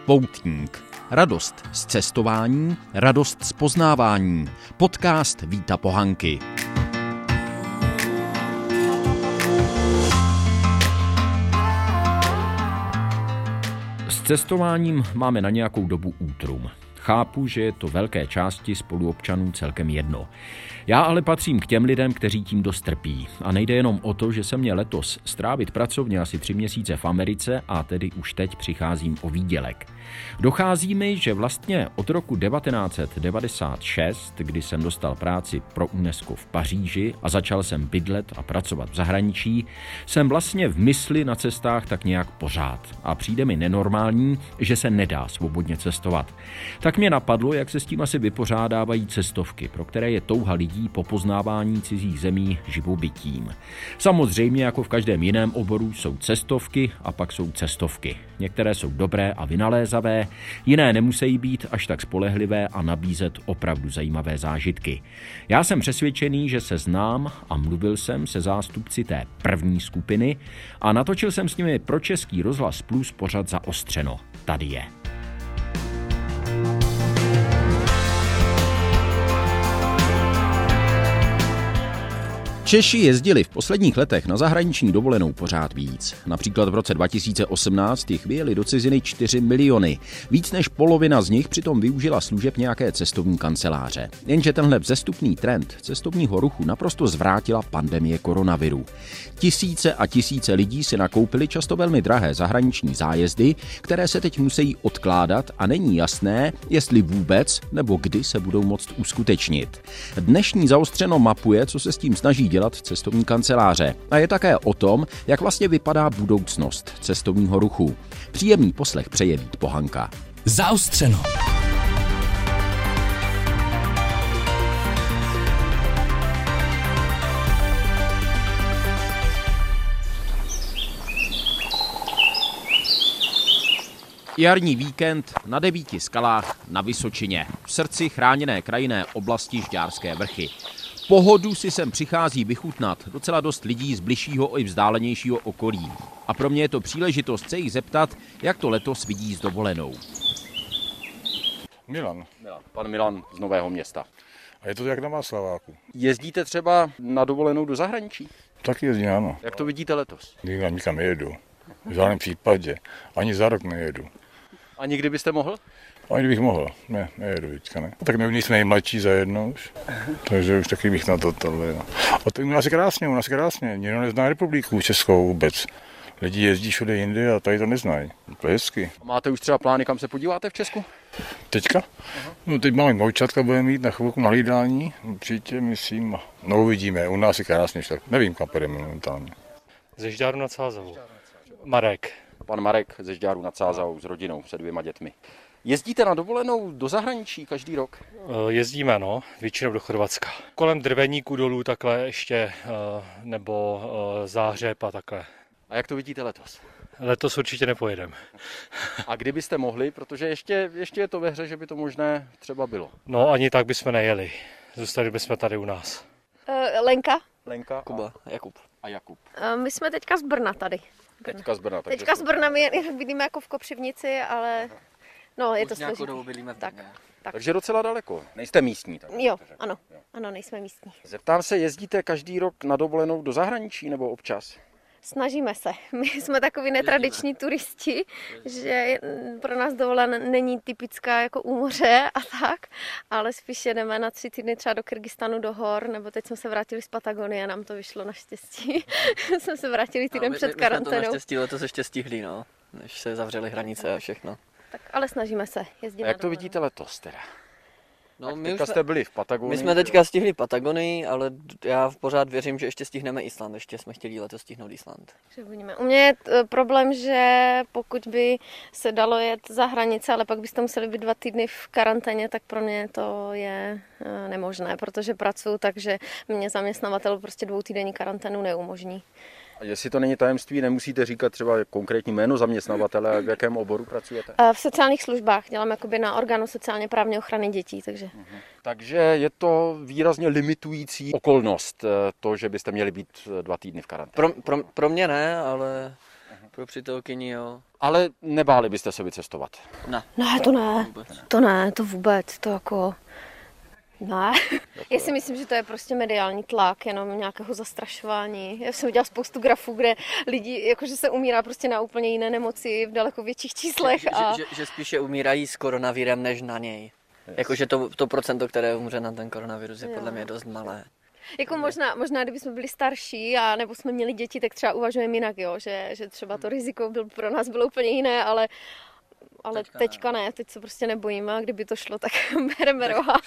Poutník. Radost z cestování, radost z poznávání. Podcast Víta Pohanky. S cestováním máme na nějakou dobu útrum. Chápu, že je to velké části spoluobčanů celkem jedno. Já ale patřím k těm lidem, kteří tím dost trpí. A nejde jenom o to, že se mě letos strávit pracovně asi 3 měsíce v Americe a tedy už teď přicházím o výdělek. Dochází mi, že vlastně od roku 1996, kdy jsem dostal práci pro UNESCO v Paříži a začal jsem bydlet a pracovat v zahraničí, jsem vlastně v mysli na cestách tak nějak pořád. A přijde mi nenormální, že se nedá svobodně cestovat. Tak mě napadlo, jak se s tím asi vypořádávají cestovky, pro které je touha lidí po poznávání cizích zemí živobytím. Samozřejmě, jako v každém jiném oboru, jsou cestovky a pak jsou cestovky. Některé jsou dobré a vynalézavé, jiné nemusí být až tak spolehlivé a nabízet opravdu zajímavé zážitky. Já jsem přesvědčený, že se znám a mluvil jsem se zástupci té první skupiny a natočil jsem s nimi pro Český rozhlas Plus pořad Zaostřeno. Tady je. Češi jezdili v posledních letech na zahraniční dovolenou pořád víc. Například v roce 2018 jich vyjeli do ciziny 4 miliony. Víc než polovina z nich přitom využila služeb nějaké cestovní kanceláře. Jenže tenhle vzestupný trend cestovního ruchu naprosto zvrátila pandemie koronaviru. Tisíce a tisíce lidí si nakoupili často velmi drahé zahraniční zájezdy, které se teď musí odkládat a není jasné, jestli vůbec nebo kdy se budou moct uskutečnit. Dnešní Zaostřeno mapuje, co se s tím snaží dělat cestovní kanceláře. A je také o tom, jak vlastně vypadá budoucnost cestovního ruchu. Příjemný poslech přeje Vít Pohanka. Zaostřeno. Jarní víkend na 9 skalách na Vysočině, v srdci chráněné krajinné oblasti Žďárské vrchy. Pohodu si sem přichází vychutnat docela dost lidí z bližšího i vzdálenějšího okolí. A pro mě je to příležitost se jich zeptat, jak to letos vidí s dovolenou. Milan. Pan Milan z Nového Města. A je to jak na Václaváku. Jezdíte třeba na dovolenou do zahraničí? Tak jezdím, ano. Jak to vidíte letos? Nikam nejedu. V žádném případě. Ani za rok nejedu. A nikdy byste mohl? Ani kdybych mohl. Ne, nejedu teďka, ne. Tak nejsme nejmladší za jedno už. Takže už taky bych na tohle. No. A to u nás je krásně. Nikdo nezná republiku českou vůbec. Lidi jezdí všude jinde a tady to neznají. To je hezky. A máte už třeba plány, kam se podíváte v Česku? Teďka? No teď máme vnoučatka, budeme mít na chvilku na hlídání. Určitě, myslím. No uvidíme, u nás je krásně, tak nevím, kam půjdeme momentálně. Ze Žďáru nad Sázavou. Marek. Pan Marek ze Žďáru nad Sázavou s rodinou, se 2 dětmi. Jezdíte na dovolenou do zahraničí každý rok? Jezdíme, většinou do Chorvatska. Kolem Drveníku dolů takhle ještě, nebo Záhřeb a takhle. A jak to vidíte letos? Letos určitě nepojedeme. A kdybyste mohli, protože ještě je to ve hře, že by to možné třeba bylo. No ani tak bychom nejeli. Zůstali bychom tady u nás. Lenka. Kuba, Jakub. A Jakub. My jsme teďka z Brna tady. Teďka z Brna, my bydlíme jako v Kopřivnici, ale je to složitý. Dobu bydlíme v Brně. Takže docela daleko. Nejste místní. Tak jo, ano, nejsme místní. Zeptám se, jezdíte každý rok na dovolenou do zahraničí nebo občas? Snažíme se. My jsme takový netradiční turisti, že pro nás dovolená není typická jako u moře a tak, ale spíš jedeme na 3 týdny třeba do Kyrgyzstanu, do hor, nebo teď jsme se vrátili z Patagonie a nám to vyšlo naštěstí. Jsme se vrátili týden před karanténou. My jsme to naštěstí letos ještě stihli, než se zavřely hranice a všechno. Tak, ale snažíme se jezdit. A jak to vidíte letos teda? My jste byli v Patagonii. My jsme teďka stihli Patagonii, ale já pořád věřím, že ještě stihneme Island. Ještě jsme chtěli letos stihnout Island. U mě je problém, že pokud by se dalo jet za hranice, ale pak byste museli být 2 týdny v karanténě, tak pro mě to je nemožné, protože pracuji, takže mě zaměstnavatel prostě 2týdenní karanténu neumožní. A jestli to není tajemství, nemusíte říkat třeba konkrétní jméno zaměstnavatele, v jakém oboru pracujete? V sociálních službách, dělám jakoby na orgánu sociálně právní ochrany dětí, takže. Takže je to výrazně limitující okolnost, to, že byste měli být 2 týdny v karanténě. Pro mě ne, ale Pro přítelkyni, jo. Ale nebáli byste se vycestovat? Ne. Ne, to vůbec, to jako... Ne. Já si myslím, že to je prostě mediální tlak, jenom nějakého zastrašování. Já jsem udělala spoustu grafů, kde lidi, jakože se umírá prostě na úplně jiné nemoci v daleko větších číslech. Že spíše umírají s koronavirem, než na něj. Jakože to procento, které umře na ten koronavirus, je podle mě dost malé. Jako možná, kdybychom byli starší a nebo jsme měli děti, tak třeba uvažujeme jinak, jo? Že třeba to riziko pro nás bylo úplně jiné, ale teďka ne, teď se prostě nebojíme a kdyby to šlo, tak bereme roha.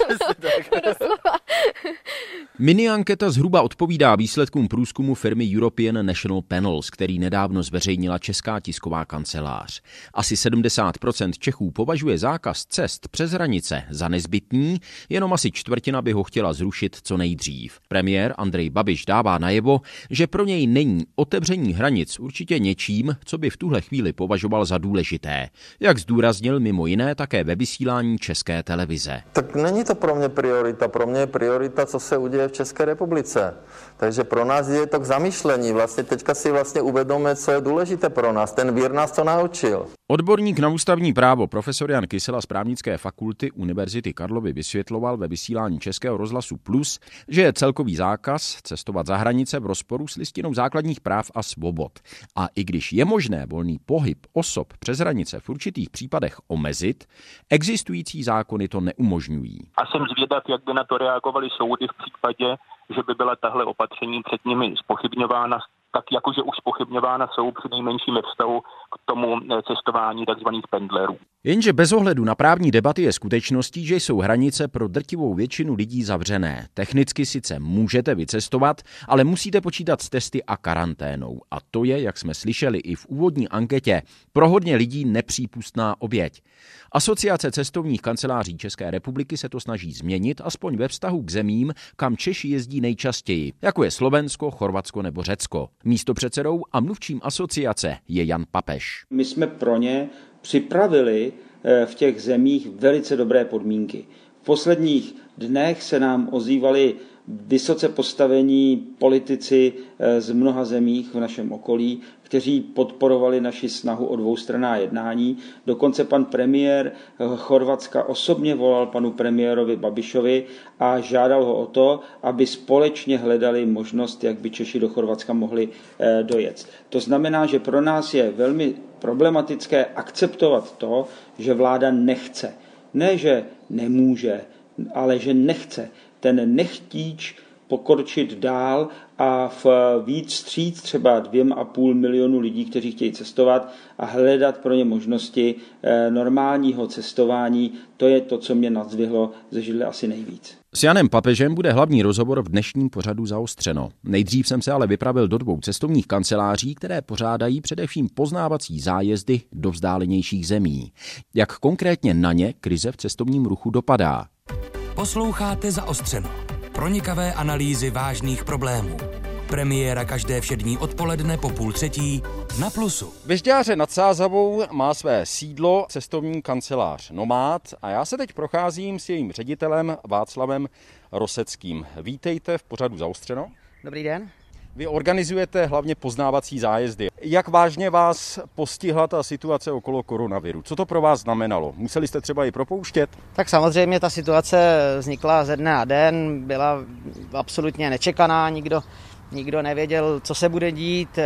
Mini-anketa zhruba odpovídá výsledkům průzkumu firmy European National Panels, který nedávno zveřejnila Česká tisková kancelář. Asi 70% Čechů považuje zákaz cest přes hranice za nezbytný, jenom asi čtvrtina by ho chtěla zrušit co nejdřív. Premiér Andrej Babiš dává najevo, že pro něj není otevření hranic určitě něčím, co by v tuhle chvíli považoval za důležité. Jak zdůraznil mimo jiné také ve vysílání České televize. Tak není to pro mě priorita. Pro mě je priorita, co se uděje v České republice. Takže pro nás je to k zamýšlení. Vlastně teďka si uvědomíme, co je důležité pro nás. Ten vír nás to naučil. Odborník na ústavní právo profesor Jan Kysela z Právnické fakulty Univerzity Karlovy vysvětloval ve vysílání Českého rozhlasu Plus, že je celkový zákaz cestovat za hranice v rozporu s listinou základních práv a svobod. A i když je možné volný pohyb osob přes hranice v určitých případech omezit, existující zákony to neumožňují. A jsem zvědav, jak by na to reagovaly soudy v případě, že by byla tahle opatření před nimi zpochybňována, tak jakože už zpochybňována jsou při nejmenším ve vztahu k tomu cestování tzv. Pendlerů. Jenže bez ohledu na právní debaty je skutečností, že jsou hranice pro drtivou většinu lidí zavřené. Technicky sice můžete vycestovat, ale musíte počítat s testy a karanténou. A to je, jak jsme slyšeli i v úvodní anketě, pro hodně lidí nepřípustná oběť. Asociace cestovních kanceláří České republiky se to snaží změnit, aspoň ve vztahu k zemím, kam Češi jezdí nejčastěji, jako je Slovensko, Chorvatsko nebo Řecko. Místopředsedou a mluvčím asociace je Jan Papež. My jsme pro ně připravili v těch zemích velice dobré podmínky. V posledních dnech se nám ozývali vysoce postavení politici z mnoha zemích v našem okolí, kteří podporovali naši snahu o dvoustranná jednání. Dokonce pan premiér Chorvatska osobně volal panu premiérovi Babišovi a žádal ho o to, aby společně hledali možnost, jak by Češi do Chorvatska mohli dojet. To znamená, že pro nás je velmi problematické akceptovat to, že vláda nechce. Ne, že nemůže, ale že nechce. Ten nechtíč pokročit dál a víc vstříc třeba 2,5 milionu lidí, kteří chtějí cestovat a hledat pro ně možnosti normálního cestování, to je to, co mě nadzvihlo ze židle asi nejvíc. S Janem Papežem bude hlavní rozhovor v dnešním pořadu zaostřeno. Nejdřív jsem se ale vypravil do 2 cestovních kanceláří, které pořádají především poznávací zájezdy do vzdálenějších zemí. Jak konkrétně na ně krize v cestovním ruchu dopadá? Posloucháte Zaostřeno. Pronikavé analýzy vážných problémů. Premiéra každé všední odpoledne po 2:30 na Plusu. V Žďáře nad Sázavou má své sídlo cestovní kancelář Nomád a já se teď procházím s jejím ředitelem Václavem Roseckým. Vítejte v pořadu Zaostřeno. Dobrý den. Vy organizujete hlavně poznávací zájezdy. Jak vážně vás postihla ta situace okolo koronaviru? Co to pro vás znamenalo? Museli jste třeba i propouštět? Tak samozřejmě ta situace vznikla ze dne na den, byla absolutně nečekaná, nikdo nevěděl, co se bude dít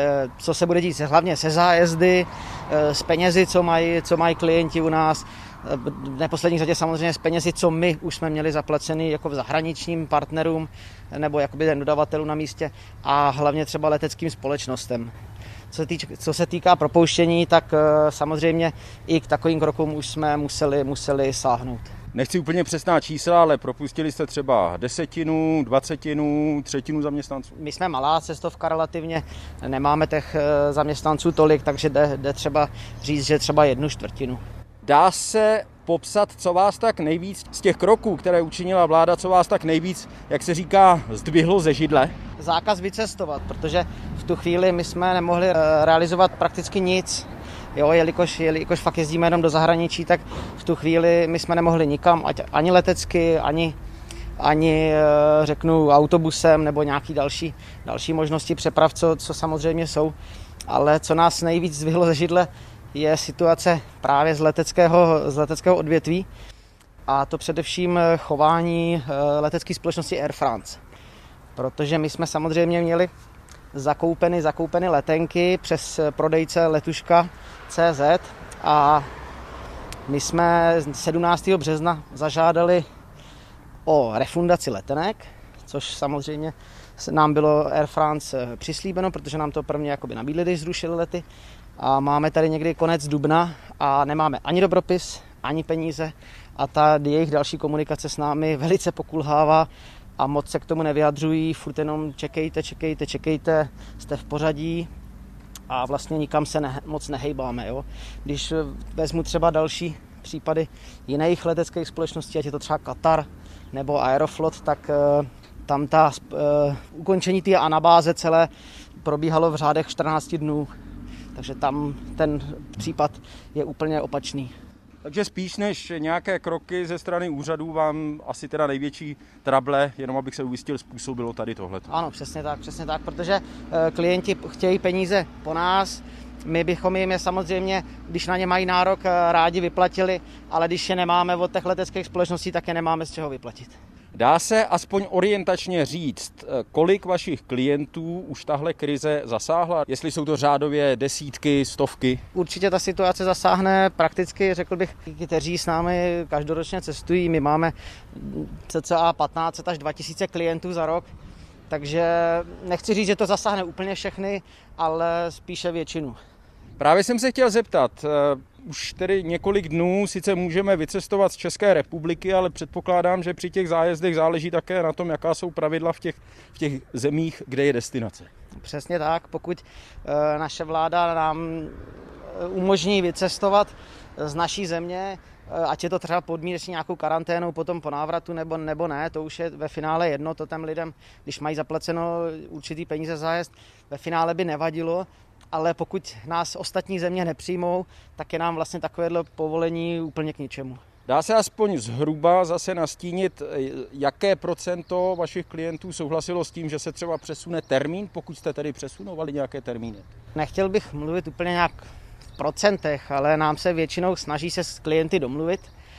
hlavně se zájezdy, s penězi, co mají klienti u nás. V neposlední řadě samozřejmě s penězi, co my už jsme měli zaplacený jako v zahraničním partnerům nebo jakoby ten dodavatelů na místě a hlavně třeba leteckým společnostem. Co se týká propouštění, tak samozřejmě i k takovým krokům už jsme museli sáhnout. Nechci úplně přesná čísla, ale propustili jste třeba 10%, 20%, 1/3 zaměstnanců? My jsme malá cestovka relativně, nemáme těch zaměstnanců tolik, takže jde třeba říct, že třeba 1/4. Dá se popsat, co vás tak nejvíc z těch kroků, které učinila vláda, co vás tak nejvíc, jak se říká, zdvihlo ze židle? Zákaz vycestovat, protože v tu chvíli my jsme nemohli realizovat prakticky nic. Jo, jelikož fakt jezdíme jenom do zahraničí, tak v tu chvíli my jsme nemohli nikam, ani letecky, ani řeknu autobusem nebo nějaký další možnosti přeprav, co samozřejmě jsou. Ale co nás nejvíc zdvihlo ze židle, je situace právě z leteckého odvětví, a to především chování letecké společnosti Air France. Protože my jsme samozřejmě měli zakoupeny letenky přes prodejce letuška.cz a my jsme 17. března zažádali o refundaci letenek, což samozřejmě nám bylo Air France přislíbeno, protože nám to prvně jakoby nabídli, když zrušili lety. A máme tady někdy konec dubna a nemáme ani dobropis, ani peníze a ta jejich další komunikace s námi velice pokulhává a moc se k tomu nevyjadřují, furt jenom čekejte, jste v pořadí a vlastně nikam se moc nehejbáme. Jo? Když vezmu třeba další případy jiných leteckých společností, ať je to třeba Katar nebo Aeroflot, tak tam ukončení té anabáze celé probíhalo v řádech 14 dnů. Takže tam ten případ je úplně opačný. Takže spíš než nějaké kroky ze strany úřadů vám asi teda největší trable, jenom abych se ujistil, způsobilo tady tohleto. Ano, přesně tak, protože klienti chtějí peníze po nás, my bychom jim je samozřejmě, když na ně mají nárok, rádi vyplatili, ale když je nemáme od těch leteckých společností, tak je nemáme z čeho vyplatit. Dá se aspoň orientačně říct, kolik vašich klientů už tahle krize zasáhla? Jestli jsou to řádově desítky, stovky? Určitě ta situace zasáhne prakticky, řekl bych, kteří s námi každoročně cestují. My máme cca 15 až 2000 klientů za rok, takže nechci říct, že to zasáhne úplně všechny, ale spíše většinu. Právě jsem se chtěl zeptat, už tedy několik dnů sice můžeme vycestovat z České republiky, ale předpokládám, že při těch zájezdech záleží také na tom, jaká jsou pravidla v těch zemích, kde je destinace. Přesně tak, pokud naše vláda nám umožní vycestovat z naší země, ať je to třeba podmínečně nějakou karanténou potom po návratu nebo ne, to už je ve finále jedno, to těm lidem, když mají zaplaceno určitý peníze za zájezd, ve finále by nevadilo. Ale pokud nás ostatní země nepřijmou, tak je nám vlastně takovéhle povolení úplně k ničemu. Dá se aspoň zhruba zase nastínit, jaké procento vašich klientů souhlasilo s tím, že se třeba přesune termín, pokud jste tedy přesunovali nějaké termíny? Nechtěl bych mluvit úplně nějak v procentech, ale nám se většinou snaží se s klienty domluvit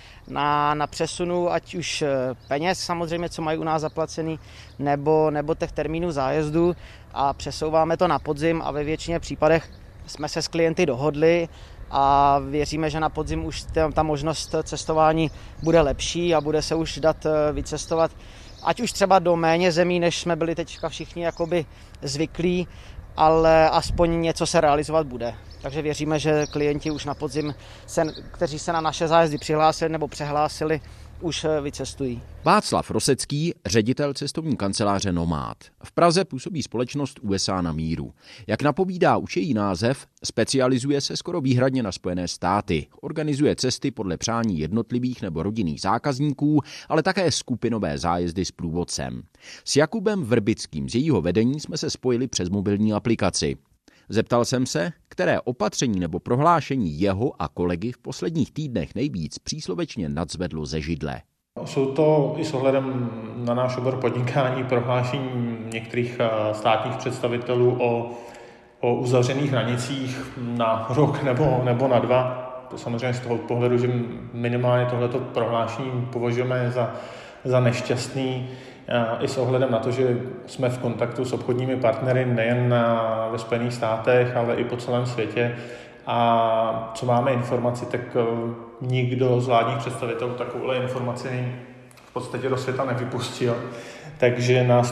na přesunu, ať už peněz samozřejmě, co mají u nás zaplacený, nebo těch termínů zájezdu a přesouváme to na podzim a ve většině případech jsme se s klienty dohodli a věříme, že na podzim už ta možnost cestování bude lepší a bude se už dát vycestovat, ať už třeba do méně zemí, než jsme byli teďka všichni jakoby zvyklí, ale aspoň něco se realizovat bude. Takže věříme, že klienti už na podzim, kteří se na naše zájezdy přihlásili nebo přehlásili, už vycestují. Václav Rosecký, ředitel cestovní kanceláře Nomád. V Praze působí společnost USA na míru. Jak napovídá už její název, specializuje se skoro výhradně na Spojené státy. Organizuje cesty podle přání jednotlivých nebo rodinných zákazníků, ale také skupinové zájezdy s průvodcem. S Jakubem Vrbickým z jejího vedení jsme se spojili přes mobilní aplikaci. Zeptal jsem se, které opatření nebo prohlášení jeho a kolegy v posledních týdnech nejvíc příslovečně nadzvedlo ze židle. Jsou to i s ohledem na náš obor podnikání prohlášení některých státních představitelů o uzavřených hranicích na rok nebo na 2. To samozřejmě z toho pohledu, že minimálně tohleto prohlášení považujeme za nešťastný, i s ohledem na to, že jsme v kontaktu s obchodními partnery nejen ve Spojených státech, ale i po celém světě. A co máme informaci, tak nikdo z vládních představitelů takovouhle informaci v podstatě do světa nevypustil. Takže nás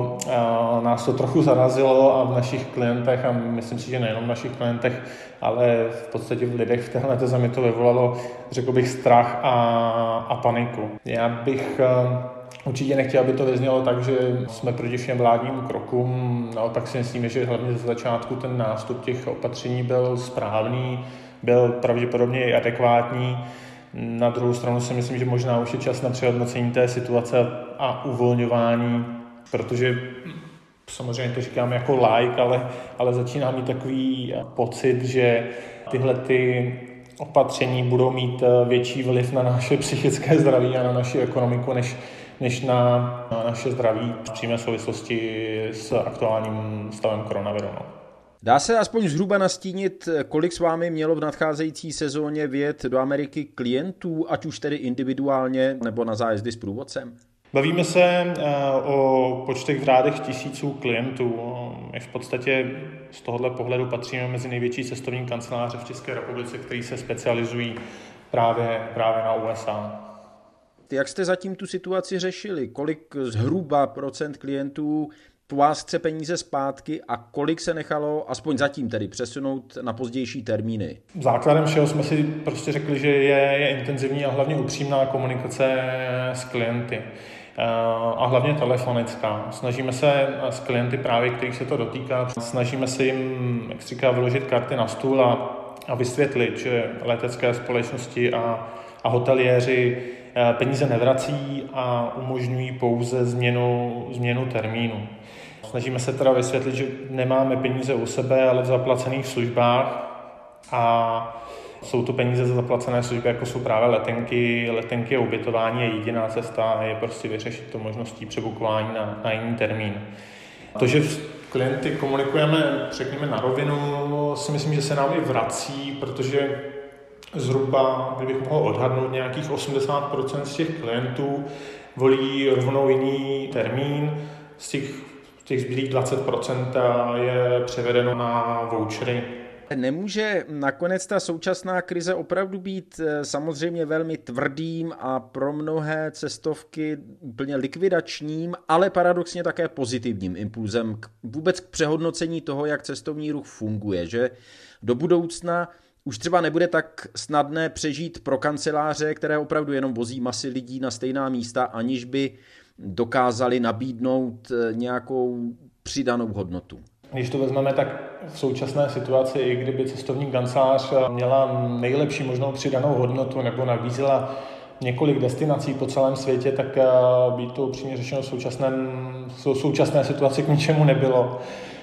to trochu zarazilo a v našich klientech, a myslím si, že nejenom v našich klientech, ale v podstatě v lidech v téhle zemi to vyvolalo, řekl bych, strach a paniku. Já bych určitě nechtěl, aby to vyznělo tak, že jsme proti všem vládním krokům. Naopak si myslíme, že hlavně ze začátku ten nástup těch opatření byl správný, byl pravděpodobně i adekvátní. Na druhou stranu si myslím, že možná už je čas na přehodnocení té situace a uvolňování, protože samozřejmě to říkám jako laik, ale začíná mít takový pocit, že tyhle ty opatření budou mít větší vliv na naše psychické zdraví a na naši ekonomiku, než na naše zdraví v přímé souvislosti s aktuálním stavem koronaviru. Dá se aspoň zhruba nastínit, kolik s vámi mělo v nadcházející sezóně vyjet do Ameriky klientů, ať už tedy individuálně nebo na zájezdy s průvodcem? Bavíme se o počtech v řádech tisíců klientů. My v podstatě z tohohle pohledu patříme mezi největší cestovní kanceláře v České republice, který se specializují právě na USA. Jak jste zatím tu situaci řešili? Kolik zhruba procent klientů po vás chce peníze zpátky a kolik se nechalo, aspoň zatím tedy, přesunout na pozdější termíny? Základem všeho jsme si prostě řekli, že je intenzivní a hlavně upřímná komunikace s klienty. A hlavně telefonická. Snažíme se s klienty právě, kterých se to dotýká, snažíme se jim, jak se říká, vyložit karty na stůl a vysvětlit, že letecké společnosti a hoteliéři peníze nevrací a umožňují pouze změnu termínu. Snažíme se teda vysvětlit, že nemáme peníze u sebe, ale v zaplacených službách a jsou to peníze za zaplacené služby, jako jsou právě letenky a ubytování, a jediná cesta je prostě vyřešit to možností přebukování na jiný termín. To, že klienty komunikujeme, řekněme na rovinu, si myslím, že se nám i vrací, protože zhruba, kdybych mohl odhadnout, nějakých 80% z těch klientů volí rovnou jiný termín, z těch zbylých 20% je převedeno na vouchery. Nemůže nakonec ta současná krize opravdu být samozřejmě velmi tvrdým a pro mnohé cestovky úplně likvidačním, ale paradoxně také pozitivním impulzem vůbec k přehodnocení toho, jak cestovní ruch funguje, že do budoucna už třeba nebude tak snadné přežít pro kanceláře, které opravdu jenom vozí masy lidí na stejná místa, aniž by dokázali nabídnout nějakou přidanou hodnotu. Když to vezmeme, tak v současné situaci, i kdyby cestovní kancelář měla nejlepší možnou přidanou hodnotu nebo nabízela několik destinací po celém světě, tak by to upřímně řečeno v současné situaci k ničemu nebylo.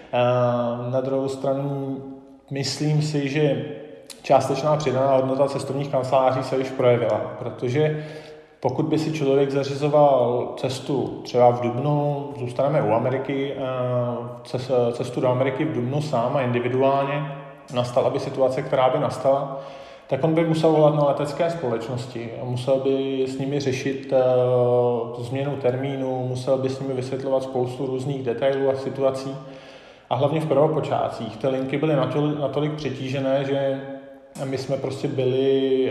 Na druhou stranu myslím si, že částečná přidaná hodnota cestovních kanceláří se už projevila, protože pokud by si člověk zařizoval cestu třeba v dubnu, zůstaneme u Ameriky, cestu do Ameriky v dubnu sám a individuálně, nastala by situace, která by nastala, tak on by musel volat na letecké společnosti a musel by s nimi řešit změnu termínu, musel by s nimi vysvětlovat spoustu různých detailů a situací. A hlavně v prvopočátcích ty linky byly natolik přetížené, že my jsme prostě byli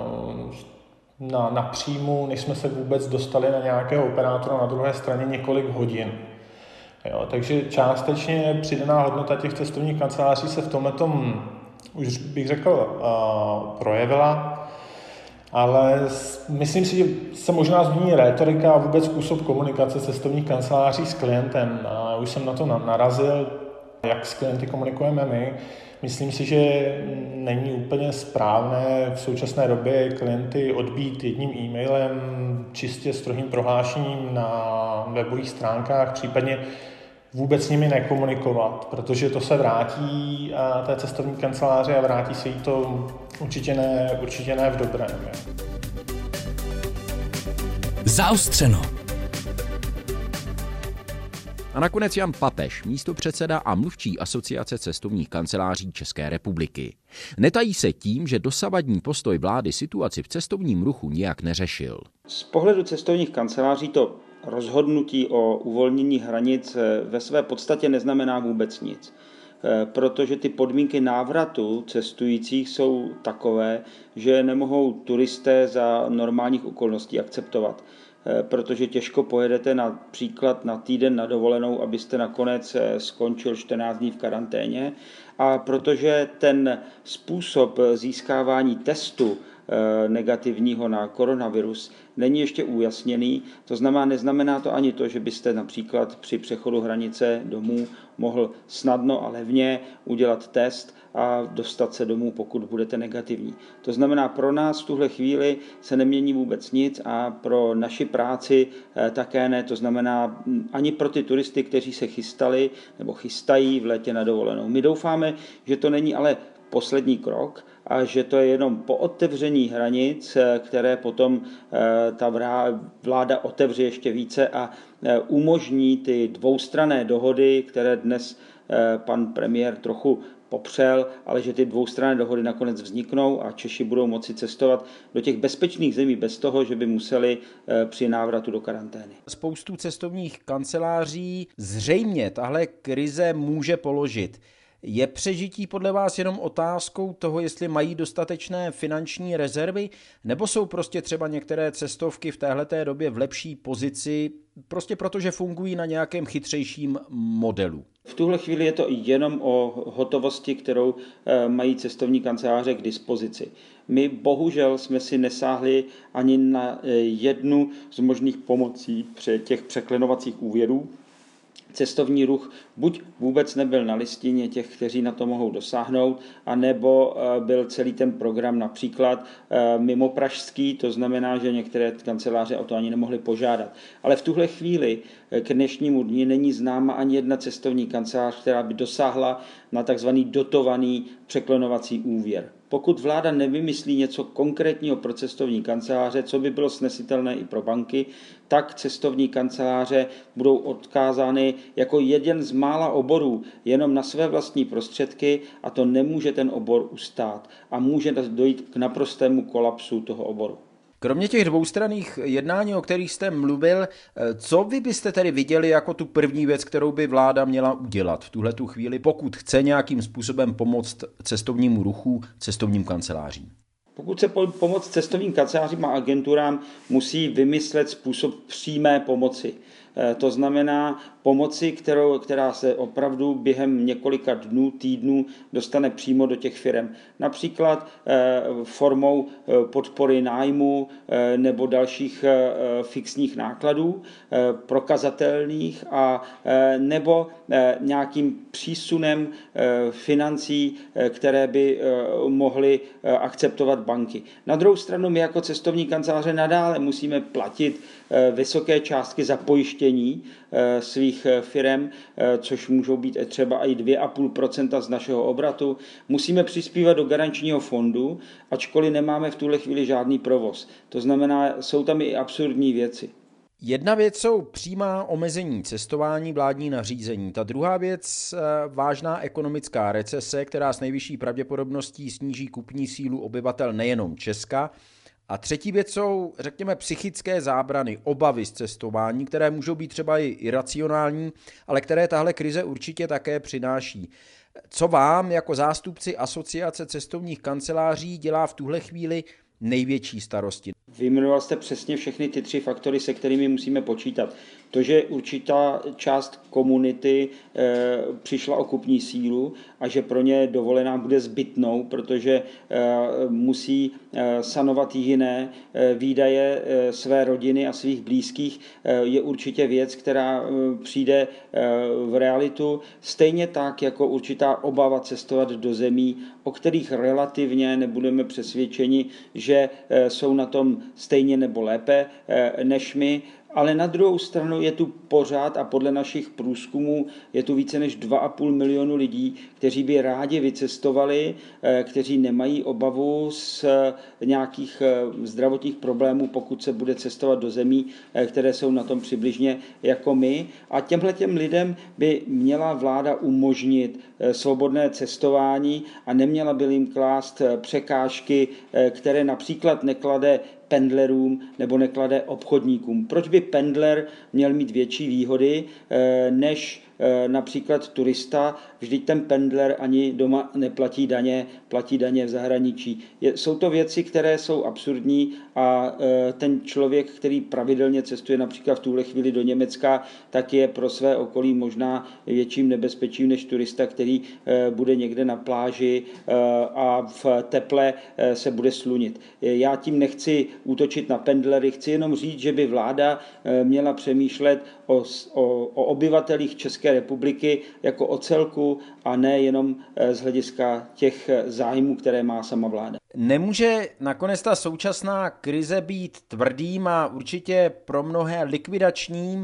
na příjmu, než jsme se vůbec dostali na nějakého operátora na druhé straně několik hodin. Jo, takže částečně přidaná hodnota těch cestovních kanceláří se v tomhletom, už bych řekl, projevila, ale myslím si, že se možná změní rétorika a vůbec způsob komunikace cestovních kanceláří s klientem. A už jsem na to narazil, jak s klienty komunikujeme my. Myslím si, že není úplně správné v současné době klienty odbít jedním e-mailem, čistě strohým prohlášením na webových stránkách, případně vůbec s nimi nekomunikovat, protože to se vrátí té cestovní kanceláři a vrátí se jí to určitě ne v dobrém. Zaostřeno. A nakonec Jan Papež, místopředseda a mluvčí Asociace cestovních kanceláří České republiky. Netají se tím, že dosavadní postoj vlády situaci v cestovním ruchu nijak neřešil. Z pohledu cestovních kanceláří to rozhodnutí o uvolnění hranic ve své podstatě neznamená vůbec nic, protože ty podmínky návratu cestujících jsou takové, že nemohou turisté za normálních okolností akceptovat. Protože těžko pojedete například na týden na dovolenou, abyste nakonec skončil 14 dní v karanténě, a protože ten způsob získávání testu negativního na koronavirus není ještě ujasněný, to znamená, neznamená to ani to, že byste například při přechodu hranice domů mohl snadno a levně udělat test a dostat se domů, pokud budete negativní. To znamená, pro nás v tuhle chvíli se nemění vůbec nic a pro naši práci také ne. To znamená ani pro ty turisty, kteří se chystali nebo chystají v létě na dovolenou. My doufáme, že to není ale poslední krok a že to je jenom po otevření hranic, které potom ta vláda otevře ještě více a umožní ty dvoustranné dohody, které dnes pan premiér trochu popřel, ale že ty dvoustranné dohody nakonec vzniknou a Češi budou moci cestovat do těch bezpečných zemí bez toho, že by museli při návratu do karantény. Spoustu cestovních kanceláří zřejmě tahle krize může položit. Je přežití podle vás jenom otázkou toho, jestli mají dostatečné finanční rezervy, nebo jsou prostě třeba některé cestovky v téhleté době v lepší pozici, prostě protože fungují na nějakém chytřejším modelu? V tuhle chvíli je to jenom o hotovosti, kterou mají cestovní kanceláře k dispozici. My bohužel jsme si nesáhli ani na jednu z možných pomocí při těch překlenovacích úvěrů. Cestovní ruch buď vůbec nebyl na listině těch, kteří na to mohou dosáhnout, anebo byl celý ten program například mimo pražský, to znamená, že některé kanceláře o to ani nemohly požádat. Ale v tuhle chvíli k dnešnímu dni není známa ani jedna cestovní kancelář, která by dosáhla na takzvaný dotovaný překlenovací úvěr. Pokud vláda nevymyslí něco konkrétního pro cestovní kanceláře, co by bylo snesitelné i pro banky, tak cestovní kanceláře budou odkázány jako jeden z mála oborů jenom na své vlastní prostředky a to nemůže ten obor ustát a může dojít k naprostému kolapsu toho oboru. Kromě těch dvoustranných jednání, o kterých jste mluvil, co vy byste tedy viděli jako tu první věc, kterou by vláda měla udělat v tuhletu chvíli, pokud chce nějakým způsobem pomoct cestovnímu ruchu, cestovním kancelářím? Pokud se pomoct cestovním kancelářím a agenturám, musí vymyslet způsob přímé pomoci. To znamená pomoci, která se opravdu během několika dnů, týdnů dostane přímo do těch firem. Například formou podpory nájmu nebo dalších fixních nákladů, prokazatelných a nebo nějakým přísunem financí, které by mohly akceptovat banky. Na druhou stranu my jako cestovní kanceláře nadále musíme platit vysoké částky za pojištění svých firem, což můžou být třeba i 2,5% z našeho obratu. Musíme přispívat do garančního fondu, ačkoliv nemáme v tuhle chvíli žádný provoz. To znamená, jsou tam i absurdní věci. Jedna věc jsou přímá omezení cestování, vládní nařízení. Ta druhá věc, vážná ekonomická recese, která s nejvyšší pravděpodobností sníží kupní sílu obyvatel nejenom Česka. A třetí věc jsou, řekněme, psychické zábrany, obavy z cestování, které můžou být třeba i iracionální, ale které tahle krize určitě také přináší. Co vám jako zástupci asociace cestovních kanceláří dělá v tuhle chvíli největší starosti? Vyjmenoval jste přesně všechny ty 3 faktory, se kterými musíme počítat. To, že určitá část komunity přišla o kupní sílu a že pro ně dovolená bude zbytnou, protože musí sanovat jiné výdaje své rodiny a svých blízkých, je určitě věc, která přijde v realitu. Stejně tak, jako určitá obava cestovat do zemí, o kterých relativně nebudeme přesvědčeni, že jsou na tom stejně nebo lépe než my, ale na druhou stranu je tu pořád a podle našich průzkumů je tu více než 2,5 milionu lidí, kteří by rádi vycestovali, kteří nemají obavu z nějakých zdravotních problémů, pokud se bude cestovat do zemí, které jsou na tom přibližně jako my. A těmhletěm lidem by měla vláda umožnit svobodné cestování a neměla by jim klást překážky, které například neklade pendlerům nebo neklade obchodníkům. Proč by pendler měl mít větší výhody než například turista? Vždyť ten pendler ani doma neplatí daně, platí daně v zahraničí. Jsou to věci, které jsou absurdní a ten člověk, který pravidelně cestuje například v tuhle chvíli do Německa, tak je pro své okolí možná větším nebezpečím než turista, který bude někde na pláži a v teple se bude slunit. Já tím nechci útočit na pendlery, chci jenom říct, že by vláda měla přemýšlet o obyvatelích České republiky jako o celku a ne jenom z hlediska těch zájmů, které má sama vláda. Nemůže nakonec ta současná krize být tvrdým a určitě pro mnohé likvidačním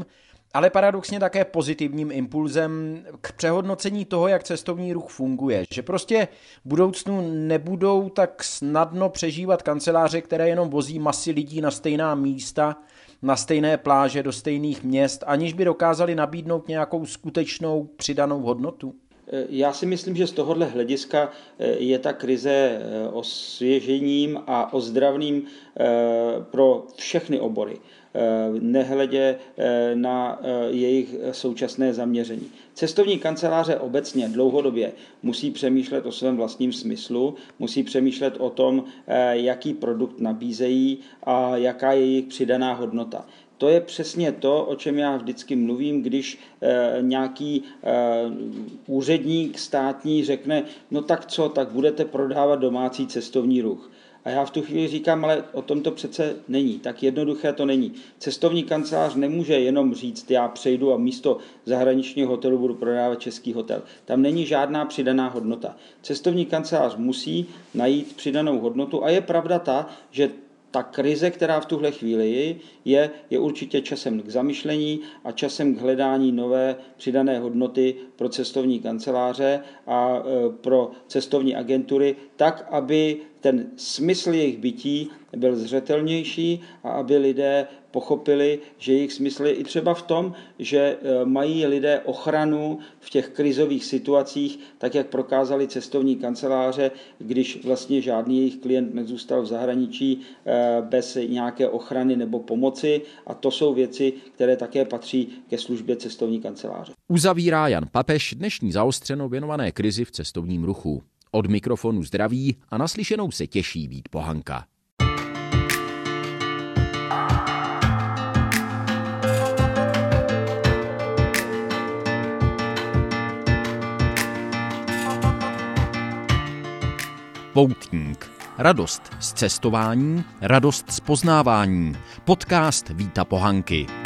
ale paradoxně také pozitivním impulzem k přehodnocení toho, jak cestovní ruch funguje. Že prostě v budoucnu nebudou tak snadno přežívat kanceláře, které jenom vozí masy lidí na stejná místa, na stejné pláže, do stejných měst, aniž by dokázali nabídnout nějakou skutečnou přidanou hodnotu. Já si myslím, že z tohohle hlediska je ta krize osvěžením a ozdravným pro všechny obory, nehledě na jejich současné zaměření. Cestovní kanceláře obecně dlouhodobě musí přemýšlet o svém vlastním smyslu, musí přemýšlet o tom, jaký produkt nabízejí a jaká je jejich přidaná hodnota. To je přesně to, o čem já vždycky mluvím, když nějaký úředník státní řekne, no tak co, tak budete prodávat domácí cestovní ruch. A já v tu chvíli říkám, ale o tom to přece není, tak jednoduché to není. Cestovní kancelář nemůže jenom říct, já přejdu a místo zahraničního hotelu budu prodávat český hotel. Tam není žádná přidaná hodnota. Cestovní kancelář musí najít přidanou hodnotu a je pravda ta, že ta krize, která v tuhle chvíli je určitě časem k zamyšlení a časem k hledání nové přidané hodnoty pro cestovní kanceláře a pro cestovní agentury, tak, aby ten smysl jejich bytí byl zřetelnější a aby lidé pochopili, že jejich smysl je i třeba v tom, že mají lidé ochranu v těch krizových situacích, tak jak prokázali cestovní kanceláře, když vlastně žádný jejich klient nezůstal v zahraničí bez nějaké ochrany nebo pomoci. A to jsou věci, které také patří ke službě cestovní kanceláře. Uzavírá Jan Papež dnešní zaostřeno věnované krizi v cestovním ruchu. Od mikrofonu zdraví a naslyšenou se těší Vít Pohanka. Poutník. Radost z cestování, radost z poznávání. Podcast Víta Pohanky.